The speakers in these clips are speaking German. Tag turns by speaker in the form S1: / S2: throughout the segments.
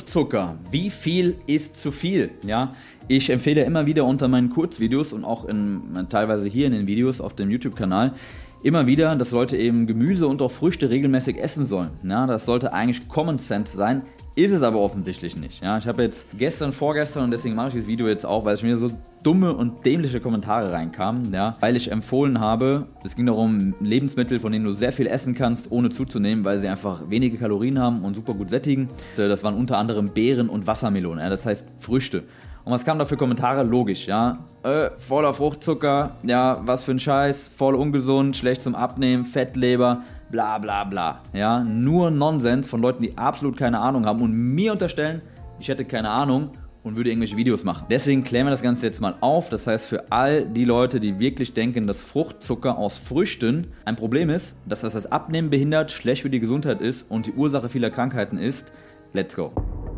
S1: Fruchtzucker. Wie viel ist zu viel? Ja, ich empfehle immer wieder unter meinen Kurzvideos und auch teilweise hier in den Videos auf dem YouTube-Kanal immer wieder, dass Leute eben Gemüse und auch Früchte regelmäßig essen sollen. Ja, das sollte eigentlich Common Sense sein, ist es aber offensichtlich nicht. Ja, ich habe jetzt vorgestern und deswegen mache ich dieses Video jetzt auch, weil es mir so dumme und dämliche Kommentare reinkamen, ja, weil ich empfohlen habe, es ging darum, Lebensmittel, von denen du sehr viel essen kannst, ohne zuzunehmen, weil sie einfach wenige Kalorien haben und super gut sättigen. Das waren unter anderem Beeren und Wassermelonen, ja, das heißt Früchte. Und was kam da für Kommentare? Logisch, ja. Voller Fruchtzucker, ja, was für ein Scheiß, voll ungesund, schlecht zum Abnehmen, Fettleber, bla bla bla. Ja, nur Nonsens von Leuten, die absolut keine Ahnung haben und mir unterstellen, ich hätte keine Ahnung und würde irgendwelche Videos machen. Deswegen klären wir das Ganze jetzt mal auf. Das heißt, für all die Leute, die wirklich denken, dass Fruchtzucker aus Früchten ein Problem ist, dass das Abnehmen behindert, schlecht für die Gesundheit ist und die Ursache vieler Krankheiten ist, let's go.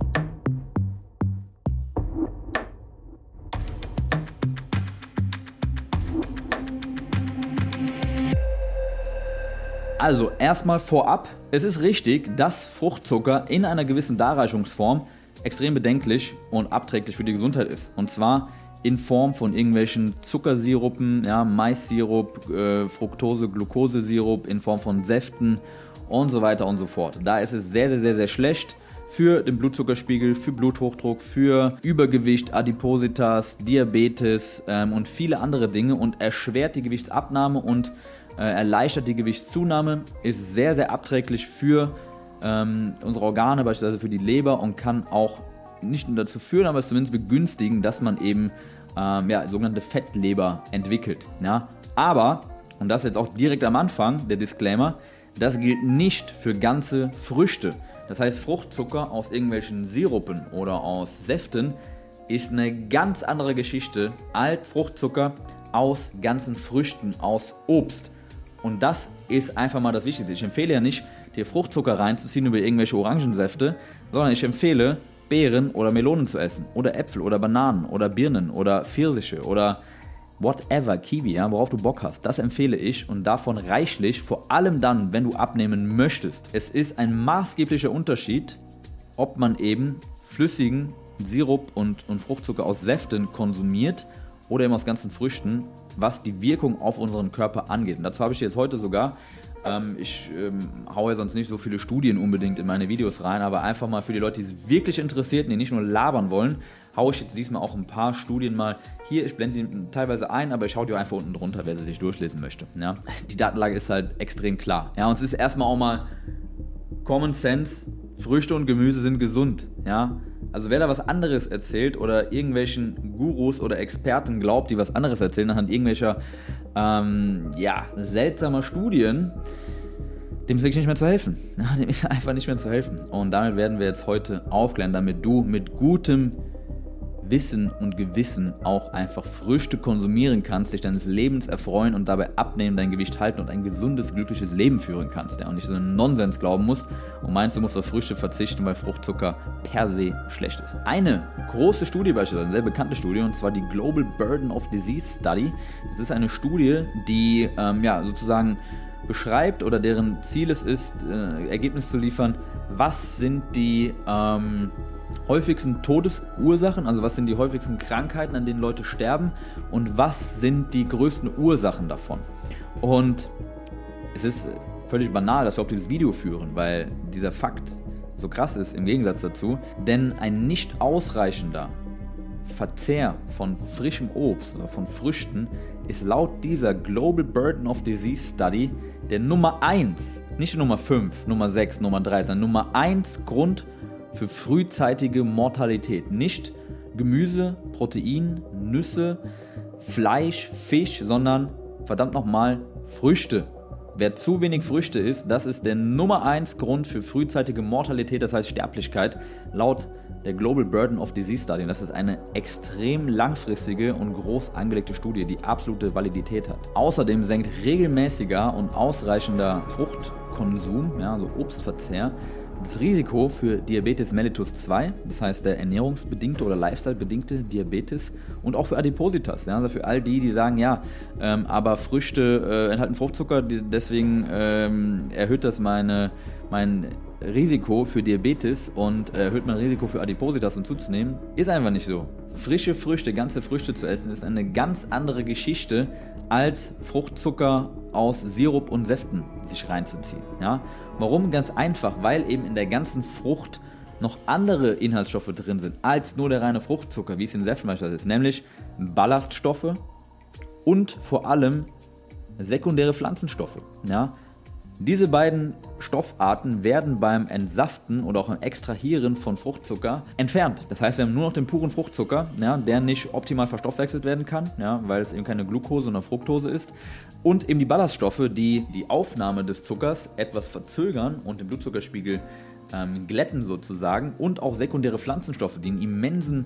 S1: Also erstmal vorab, es ist richtig, dass Fruchtzucker in einer gewissen Darreichungsform extrem bedenklich und abträglich für die Gesundheit ist. Und zwar in Form von irgendwelchen Zuckersirupen, ja, Maissirup, Fructose, Glukosesirup, in Form von Säften und so weiter und so fort. Da ist es sehr, sehr, sehr, sehr schlecht für den Blutzuckerspiegel, für Bluthochdruck, für Übergewicht, Adipositas, Diabetes und viele andere Dinge und erschwert die Gewichtsabnahme und erleichtert die Gewichtszunahme, ist sehr, sehr abträglich für unsere Organe, beispielsweise für die Leber und kann auch nicht nur dazu führen, aber es zumindest begünstigen, dass man eben sogenannte Fettleber entwickelt. Ja? Aber, und das jetzt auch direkt am Anfang, der Disclaimer, das gilt nicht für ganze Früchte. Das heißt, Fruchtzucker aus irgendwelchen Sirupen oder aus Säften ist eine ganz andere Geschichte als Fruchtzucker aus ganzen Früchten, aus Obst. Und das ist einfach mal das Wichtigste. Ich empfehle ja nicht, dir Fruchtzucker reinzuziehen über irgendwelche Orangensäfte, sondern ich empfehle, Beeren oder Melonen zu essen oder Äpfel oder Bananen oder Birnen oder Pfirsiche oder whatever, Kiwi, ja, worauf du Bock hast. Das empfehle ich und davon reichlich, vor allem dann, wenn du abnehmen möchtest. Es ist ein maßgeblicher Unterschied, ob man eben flüssigen Sirup und Fruchtzucker aus Säften konsumiert oder eben aus ganzen Früchten, was die Wirkung auf unseren Körper angeht. Und dazu habe ich jetzt heute sogar, ich haue ja sonst nicht so viele Studien unbedingt in meine Videos rein, aber einfach mal für die Leute, die es wirklich interessiert und die nicht nur labern wollen, haue ich jetzt diesmal auch ein paar Studien mal hier. Ich blende die teilweise ein, aber ich haue die auch einfach unten drunter, wer sie sich durchlesen möchte. Ja? Die Datenlage ist halt extrem klar. Ja, und es ist erstmal auch mal Common Sense, Früchte und Gemüse sind gesund. Ja? Also wer da was anderes erzählt oder irgendwelchen Gurus oder Experten glaubt, die was anderes erzählen, anhand irgendwelcher seltsamer Studien, dem ist wirklich nicht mehr zu helfen. Ja, dem ist einfach nicht mehr zu helfen. Und damit werden wir jetzt heute aufklären, damit du mit gutem Wissen und Gewissen auch einfach Früchte konsumieren kannst, dich deines Lebens erfreuen und dabei abnehmen, dein Gewicht halten und ein gesundes, glückliches Leben führen kannst. Ja, und nicht so einen Nonsens glauben musst und meinst, du musst auf Früchte verzichten, weil Fruchtzucker per se schlecht ist. Eine große Studie beispielsweise, eine sehr bekannte Studie, und zwar die Global Burden of Disease Study. Das ist eine Studie, die sozusagen beschreibt oder deren Ziel es ist, Ergebnis zu liefern, was sind die häufigsten Todesursachen, also was sind die häufigsten Krankheiten, an denen Leute sterben und was sind die größten Ursachen davon. Und es ist völlig banal, dass wir auch dieses Video führen, weil dieser Fakt so krass ist im Gegensatz dazu, denn ein nicht ausreichender Verzehr von frischem Obst oder von Früchten ist laut dieser Global Burden of Disease Study der Nummer 1, nicht Nummer 5, Nummer 6, Nummer 3, sondern Nummer 1 Grund für frühzeitige Mortalität. Nicht Gemüse, Protein, Nüsse, Fleisch, Fisch, sondern verdammt nochmal Früchte. Wer zu wenig Früchte isst, das ist der Nummer 1 Grund für frühzeitige Mortalität, das heißt Sterblichkeit, laut der Global Burden of Disease Study. Das ist eine extrem langfristige und groß angelegte Studie, die absolute Validität hat. Außerdem senkt regelmäßiger und ausreichender Fruchtkonsum, also Obstverzehr, das Risiko für Diabetes mellitus 2, das heißt der ernährungsbedingte oder lifestyle-bedingte Diabetes, und auch für Adipositas, ja, also für all die, die sagen, ja, aber Früchte enthalten Fruchtzucker, deswegen erhöht das mein Risiko für Diabetes und erhöht mein Risiko für Adipositas und zuzunehmen, ist einfach nicht so. Frische Früchte, ganze Früchte zu essen, ist eine ganz andere Geschichte, als Fruchtzucker aus Sirup und Säften sich reinzuziehen. Ja? Warum? Ganz einfach, weil eben in der ganzen Frucht noch andere Inhaltsstoffe drin sind, als nur der reine Fruchtzucker, wie es in Säften beispielsweise ist, nämlich Ballaststoffe und vor allem sekundäre Pflanzenstoffe. Ja? Diese beiden Stoffarten werden beim Entsaften oder auch im Extrahieren von Fruchtzucker entfernt. Das heißt, wir haben nur noch den puren Fruchtzucker, ja, der nicht optimal verstoffwechselt werden kann, ja, weil es eben keine Glucose, sondern Fructose ist. Und eben die Ballaststoffe, die die Aufnahme des Zuckers etwas verzögern und den Blutzuckerspiegel glätten sozusagen. Und auch sekundäre Pflanzenstoffe, die einen immensen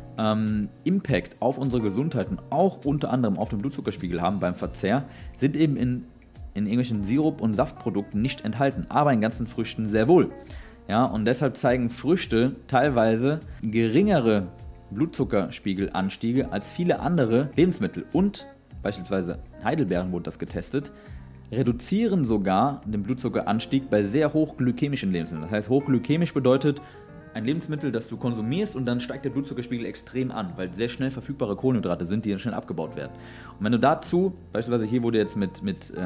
S1: Impact auf unsere Gesundheit und auch unter anderem auf den Blutzuckerspiegel haben beim Verzehr, sind eben in irgendwelchen Sirup- und Saftprodukten nicht enthalten, aber in ganzen Früchten sehr wohl. Ja, und deshalb zeigen Früchte teilweise geringere Blutzuckerspiegelanstiege als viele andere Lebensmittel. Und beispielsweise in Heidelbeeren wurde das getestet, reduzieren sogar den Blutzuckeranstieg bei sehr hochglykämischen Lebensmitteln. Das heißt, hochglykämisch bedeutet ein Lebensmittel, das du konsumierst und dann steigt der Blutzuckerspiegel extrem an, weil sehr schnell verfügbare Kohlenhydrate sind, die dann schnell abgebaut werden. Und wenn du dazu, beispielsweise hier wurde jetzt mit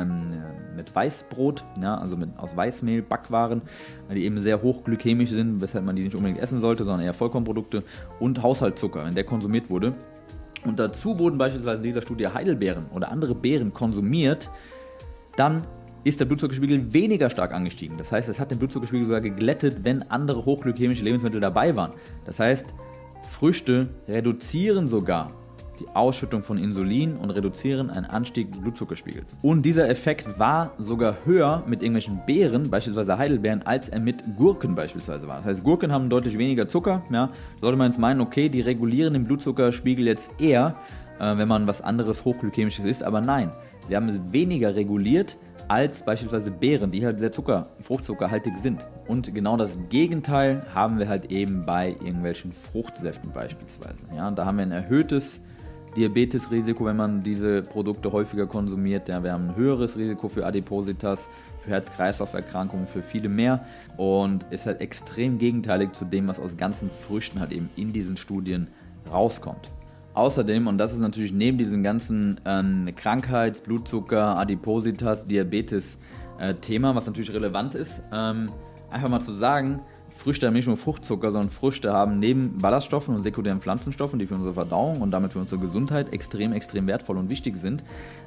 S1: Weißbrot, ja, also aus Weißmehl, Backwaren, die eben sehr hochglykämisch sind, weshalb man die nicht unbedingt essen sollte, sondern eher Vollkornprodukte, und Haushaltszucker, wenn der konsumiert wurde. Und dazu wurden beispielsweise in dieser Studie Heidelbeeren oder andere Beeren konsumiert, dann ist der Blutzuckerspiegel weniger stark angestiegen. Das heißt, es hat den Blutzuckerspiegel sogar geglättet, wenn andere hochglykämische Lebensmittel dabei waren. Das heißt, Früchte reduzieren sogar die Ausschüttung von Insulin und reduzieren einen Anstieg des Blutzuckerspiegels. Und dieser Effekt war sogar höher mit irgendwelchen Beeren, beispielsweise Heidelbeeren, als er mit Gurken beispielsweise war. Das heißt, Gurken haben deutlich weniger Zucker. Ja, sollte man jetzt meinen, okay, die regulieren den Blutzuckerspiegel jetzt eher, wenn man was anderes hochglykämisches isst, aber nein, sie haben es weniger reguliert als beispielsweise Beeren, die halt sehr fruchtzuckerhaltig sind. Und genau das Gegenteil haben wir halt eben bei irgendwelchen Fruchtsäften beispielsweise. Ja, da haben wir ein erhöhtes Diabetesrisiko, wenn man diese Produkte häufiger konsumiert. Ja, wir haben ein höheres Risiko für Adipositas, für Herz-Kreislauf-Erkrankungen, für viele mehr. Und ist halt extrem gegenteilig zu dem, was aus ganzen Früchten halt eben in diesen Studien rauskommt. Außerdem, und das ist natürlich neben diesem ganzen Krankheits-, Blutzucker-, Adipositas-, Diabetes-Thema, was natürlich relevant ist, einfach mal zu sagen, Früchte haben nicht nur Fruchtzucker, sondern Früchte haben neben Ballaststoffen und sekundären Pflanzenstoffen, die für unsere Verdauung und damit für unsere Gesundheit extrem, extrem wertvoll und wichtig sind,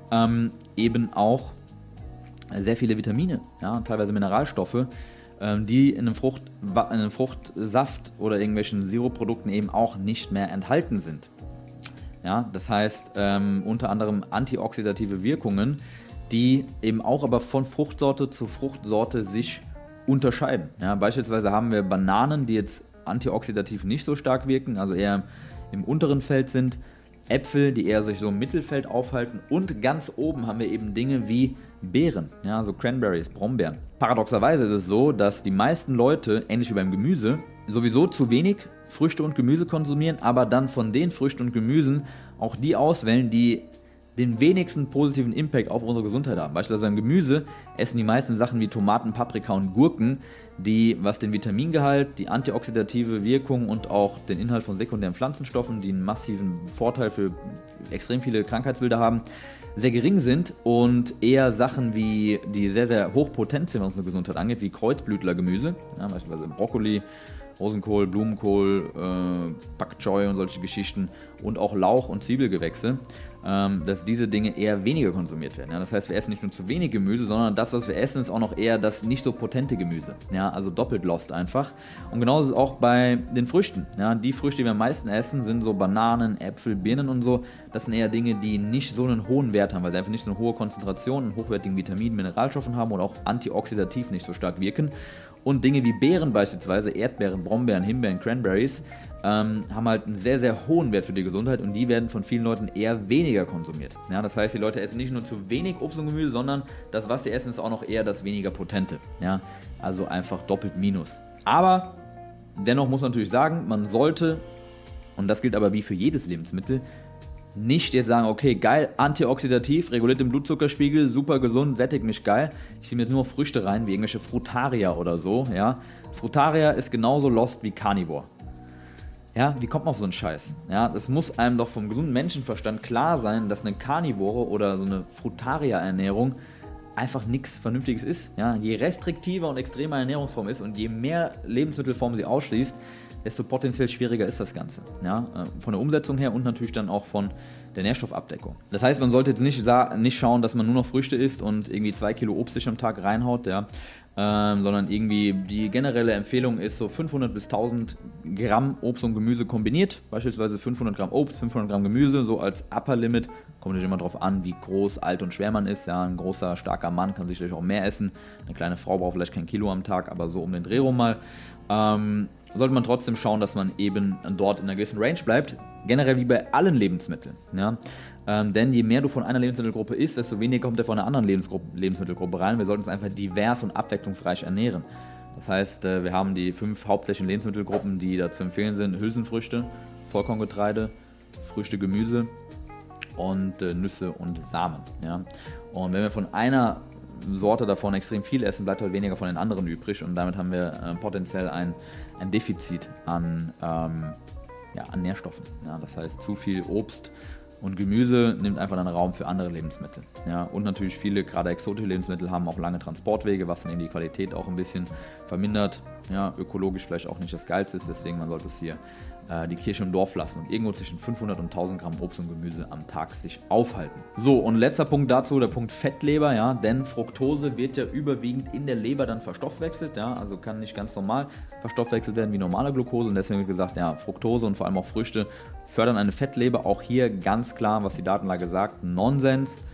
S1: eben auch sehr viele Vitamine, ja, teilweise Mineralstoffe, die in einem Fruchtsaft oder irgendwelchen Sirupprodukten eben auch nicht mehr enthalten sind. Ja, das heißt unter anderem antioxidative Wirkungen, die eben auch aber von Fruchtsorte zu Fruchtsorte sich unterscheiden. Ja, beispielsweise haben wir Bananen, die jetzt antioxidativ nicht so stark wirken, also eher im unteren Feld sind, Äpfel, die eher sich so im Mittelfeld aufhalten, und ganz oben haben wir eben Dinge wie Beeren, ja, also Cranberries, Brombeeren. Paradoxerweise ist es so, dass die meisten Leute, ähnlich wie beim Gemüse, sowieso zu wenig Früchte und Gemüse konsumieren, aber dann von den Früchten und Gemüsen auch die auswählen, die den wenigsten positiven Impact auf unsere Gesundheit haben. Beispielsweise beim Gemüse essen die meisten Sachen wie Tomaten, Paprika und Gurken, die, was den Vitamingehalt, die antioxidative Wirkung und auch den Inhalt von sekundären Pflanzenstoffen, die einen massiven Vorteil für extrem viele Krankheitsbilder haben, sehr gering sind, und eher Sachen wie, die sehr, sehr hochpotent sind, was unsere Gesundheit angeht, wie Kreuzblütlergemüse, ja, beispielsweise Brokkoli, Rosenkohl, Blumenkohl, Pak Choi und solche Geschichten, und auch Lauch- und Zwiebelgewächse, dass diese Dinge eher weniger konsumiert werden. Ja, das heißt, wir essen nicht nur zu wenig Gemüse, sondern das, was wir essen, ist auch noch eher das nicht so potente Gemüse. Ja, also doppelt lost einfach. Und genauso ist es auch bei den Früchten. Ja, die Früchte, die wir am meisten essen, sind so Bananen, Äpfel, Birnen und so. Das sind eher Dinge, die nicht so einen hohen Wert haben, weil sie einfach nicht so eine hohe Konzentration an hochwertigen Vitaminen, Mineralstoffen haben oder auch antioxidativ nicht so stark wirken. Und Dinge wie Beeren beispielsweise, Erdbeeren, Brombeeren, Himbeeren, Cranberries, haben halt einen sehr, sehr hohen Wert für die Gesundheit, und die werden von vielen Leuten eher weniger weniger konsumiert. Ja, das heißt, die Leute essen nicht nur zu wenig Obst und Gemüse, sondern das, was sie essen, ist auch noch eher das weniger potente. Ja, also einfach doppelt minus. Aber dennoch muss man natürlich sagen, man sollte, und das gilt aber wie für jedes Lebensmittel, nicht jetzt sagen, okay, geil, antioxidativ, reguliert den Blutzuckerspiegel, super gesund, sättigt mich geil. Ich ziehe mir jetzt nur Früchte rein, wie irgendwelche Frutaria oder so. Ja. Frutaria ist genauso lost wie Carnivore. Ja, wie kommt man auf so einen Scheiß? Ja, das muss einem doch vom gesunden Menschenverstand klar sein, dass eine Carnivore oder so eine Frutaria-Ernährung einfach nichts Vernünftiges ist. Ja, je restriktiver und extremer Ernährungsform ist und je mehr Lebensmittelformen sie ausschließt, desto potenziell schwieriger ist das Ganze. Ja, von der Umsetzung her und natürlich dann auch von der Nährstoffabdeckung. Das heißt, man sollte jetzt nicht schauen, dass man nur noch Früchte isst und irgendwie 2 Kilo Obst sich am Tag reinhaut, ja, sondern irgendwie die generelle Empfehlung ist so 500 bis 1000 Gramm Obst und Gemüse kombiniert, beispielsweise 500 Gramm Obst, 500 Gramm Gemüse, so als Upper Limit. Kommt natürlich immer darauf an, wie groß, alt und schwer man ist. Ja, ein großer, starker Mann kann sicherlich auch mehr essen. Eine kleine Frau braucht vielleicht kein Kilo am Tag, aber so um den Dreh rum mal. Sollte man trotzdem schauen, dass man eben dort in einer gewissen Range bleibt. Generell wie bei allen Lebensmitteln. Ja? Denn je mehr du von einer Lebensmittelgruppe isst, desto weniger kommt er von einer anderen Lebensmittelgruppe rein. Wir sollten uns einfach divers und abwechslungsreich ernähren. Das heißt, wir haben die 5 hauptsächlichen Lebensmittelgruppen, die da zu empfehlen sind. Hülsenfrüchte, Vollkorngetreide, Früchte, Gemüse und Nüsse und Samen. Ja? Und wenn wir von einer Sorte davon extrem viel essen, bleibt halt weniger von den anderen übrig und damit haben wir potenziell ein Defizit an Nährstoffen. Ja, das heißt, zu viel Obst und Gemüse nimmt einfach dann Raum für andere Lebensmittel. Ja, und natürlich viele, gerade exotische Lebensmittel, haben auch lange Transportwege, was dann eben die Qualität auch ein bisschen vermindert. Ja, ökologisch vielleicht auch nicht das Geilste ist, deswegen man sollte es hier die Kirche im Dorf lassen und irgendwo zwischen 500 und 1000 Gramm Obst und Gemüse am Tag sich aufhalten. So, und letzter Punkt dazu, der Punkt Fettleber, ja, denn Fructose wird ja überwiegend in der Leber dann verstoffwechselt, ja, also kann nicht ganz normal verstoffwechselt werden wie normale Glucose und deswegen wird gesagt, ja, Fructose und vor allem auch Früchte fördern eine Fettleber, auch hier ganz klar, was die Datenlage sagt, Nonsens.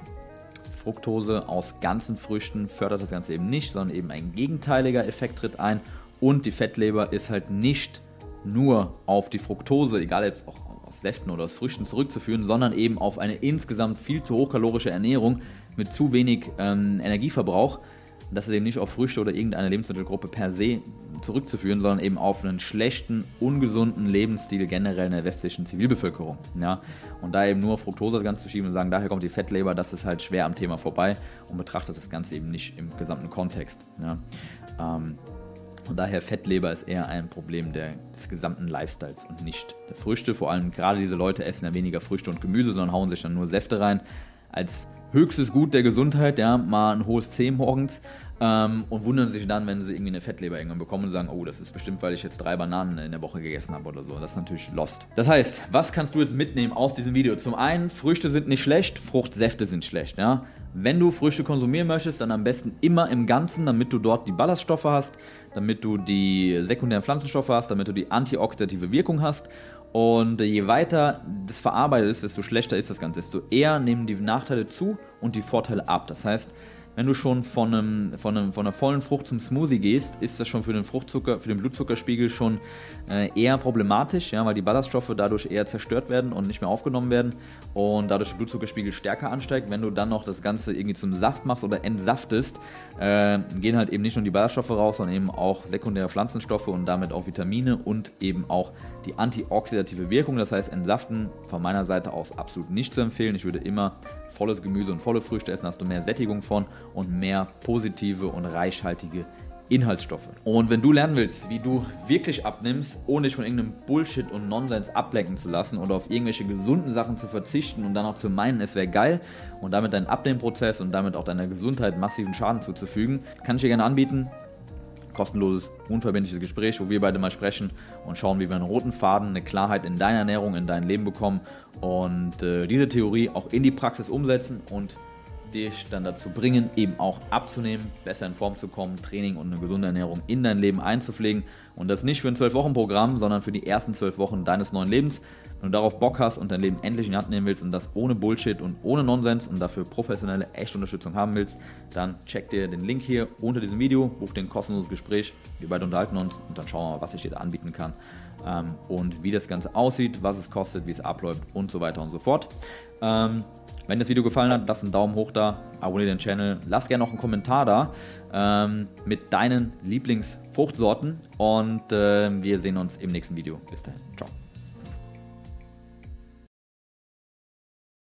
S1: Fructose aus ganzen Früchten fördert das Ganze eben nicht, sondern eben ein gegenteiliger Effekt tritt ein und die Fettleber ist halt nicht nur auf die Fructose, egal jetzt auch aus Säften oder aus Früchten zurückzuführen, sondern eben auf eine insgesamt viel zu hochkalorische Ernährung mit zu wenig Energieverbrauch. Das ist eben nicht auf Früchte oder irgendeine Lebensmittelgruppe per se zurückzuführen, sondern eben auf einen schlechten, ungesunden Lebensstil generell in der westlichen Zivilbevölkerung. Ja? Und da eben nur Fructose das Ganze zu schieben und sagen, daher kommt die Fettleber, das ist halt schwer am Thema vorbei und betrachtet das Ganze eben nicht im gesamten Kontext. Ja? Und daher Fettleber ist eher ein Problem des gesamten Lifestyles und nicht der Früchte. Vor allem gerade diese Leute essen ja weniger Früchte und Gemüse, sondern hauen sich dann nur Säfte rein. Als höchstes Gut der Gesundheit, ja, mal ein hohes C morgens und wundern sich dann, wenn sie irgendwie eine Fettleber irgendwann bekommen und sagen, oh, das ist bestimmt, weil ich jetzt 3 Bananen in der Woche gegessen habe oder so. Das ist natürlich lost. Das heißt, was kannst du jetzt mitnehmen aus diesem Video? Zum einen, Früchte sind nicht schlecht, Fruchtsäfte sind schlecht, ja. Wenn du Früchte konsumieren möchtest, dann am besten immer im Ganzen, damit du dort die Ballaststoffe hast, damit du die sekundären Pflanzenstoffe hast, damit du die antioxidative Wirkung hast. Und je weiter das verarbeitet ist, desto schlechter ist das Ganze, desto eher nehmen die Nachteile zu und die Vorteile ab. Das heißt, wenn du schon von einer vollen Frucht zum Smoothie gehst, ist das schon für den Blutzuckerspiegel schon eher problematisch, ja, weil die Ballaststoffe dadurch eher zerstört werden und nicht mehr aufgenommen werden und dadurch der Blutzuckerspiegel stärker ansteigt. Wenn du dann noch das Ganze irgendwie zum Saft machst oder entsaftest, gehen halt eben nicht nur die Ballaststoffe raus, sondern eben auch sekundäre Pflanzenstoffe und damit auch Vitamine und eben auch die antioxidative Wirkung. Das heißt, entsaften von meiner Seite aus absolut nicht zu empfehlen. Ich würde immer volles Gemüse und volle Früchte essen, hast du mehr Sättigung von und mehr positive und reichhaltige Inhaltsstoffe. Und wenn du lernen willst, wie du wirklich abnimmst, ohne dich von irgendeinem Bullshit und Nonsens ablenken zu lassen oder auf irgendwelche gesunden Sachen zu verzichten und dann auch zu meinen, es wäre geil und damit deinen Abnehmprozess und damit auch deiner Gesundheit massiven Schaden zuzufügen, kann ich dir gerne anbieten. Kostenloses, unverbindliches Gespräch, wo wir beide mal sprechen und schauen, wie wir einen roten Faden, eine Klarheit in deiner Ernährung, in dein Leben bekommen und diese Theorie auch in die Praxis umsetzen und dich dann dazu bringen, eben auch abzunehmen, besser in Form zu kommen, Training und eine gesunde Ernährung in dein Leben einzupflegen und das nicht für ein 12-Wochen-Programm, sondern für die ersten 12 Wochen deines neuen Lebens. Wenn du darauf Bock hast und dein Leben endlich in die Hand nehmen willst und das ohne Bullshit und ohne Nonsens und dafür professionelle, echte Unterstützung haben willst, dann check dir den Link hier unter diesem Video, buch dir ein kostenloses Gespräch, wir beide unterhalten uns und dann schauen wir mal, was ich dir da anbieten kann. und wie das Ganze aussieht, was es kostet, wie es abläuft und so weiter und so fort. Wenn das Video gefallen hat, lass einen Daumen hoch da, abonniere den Channel, lass gerne noch einen Kommentar da mit deinen Lieblingsfruchtsorten und wir sehen uns im nächsten Video. Bis dahin, ciao.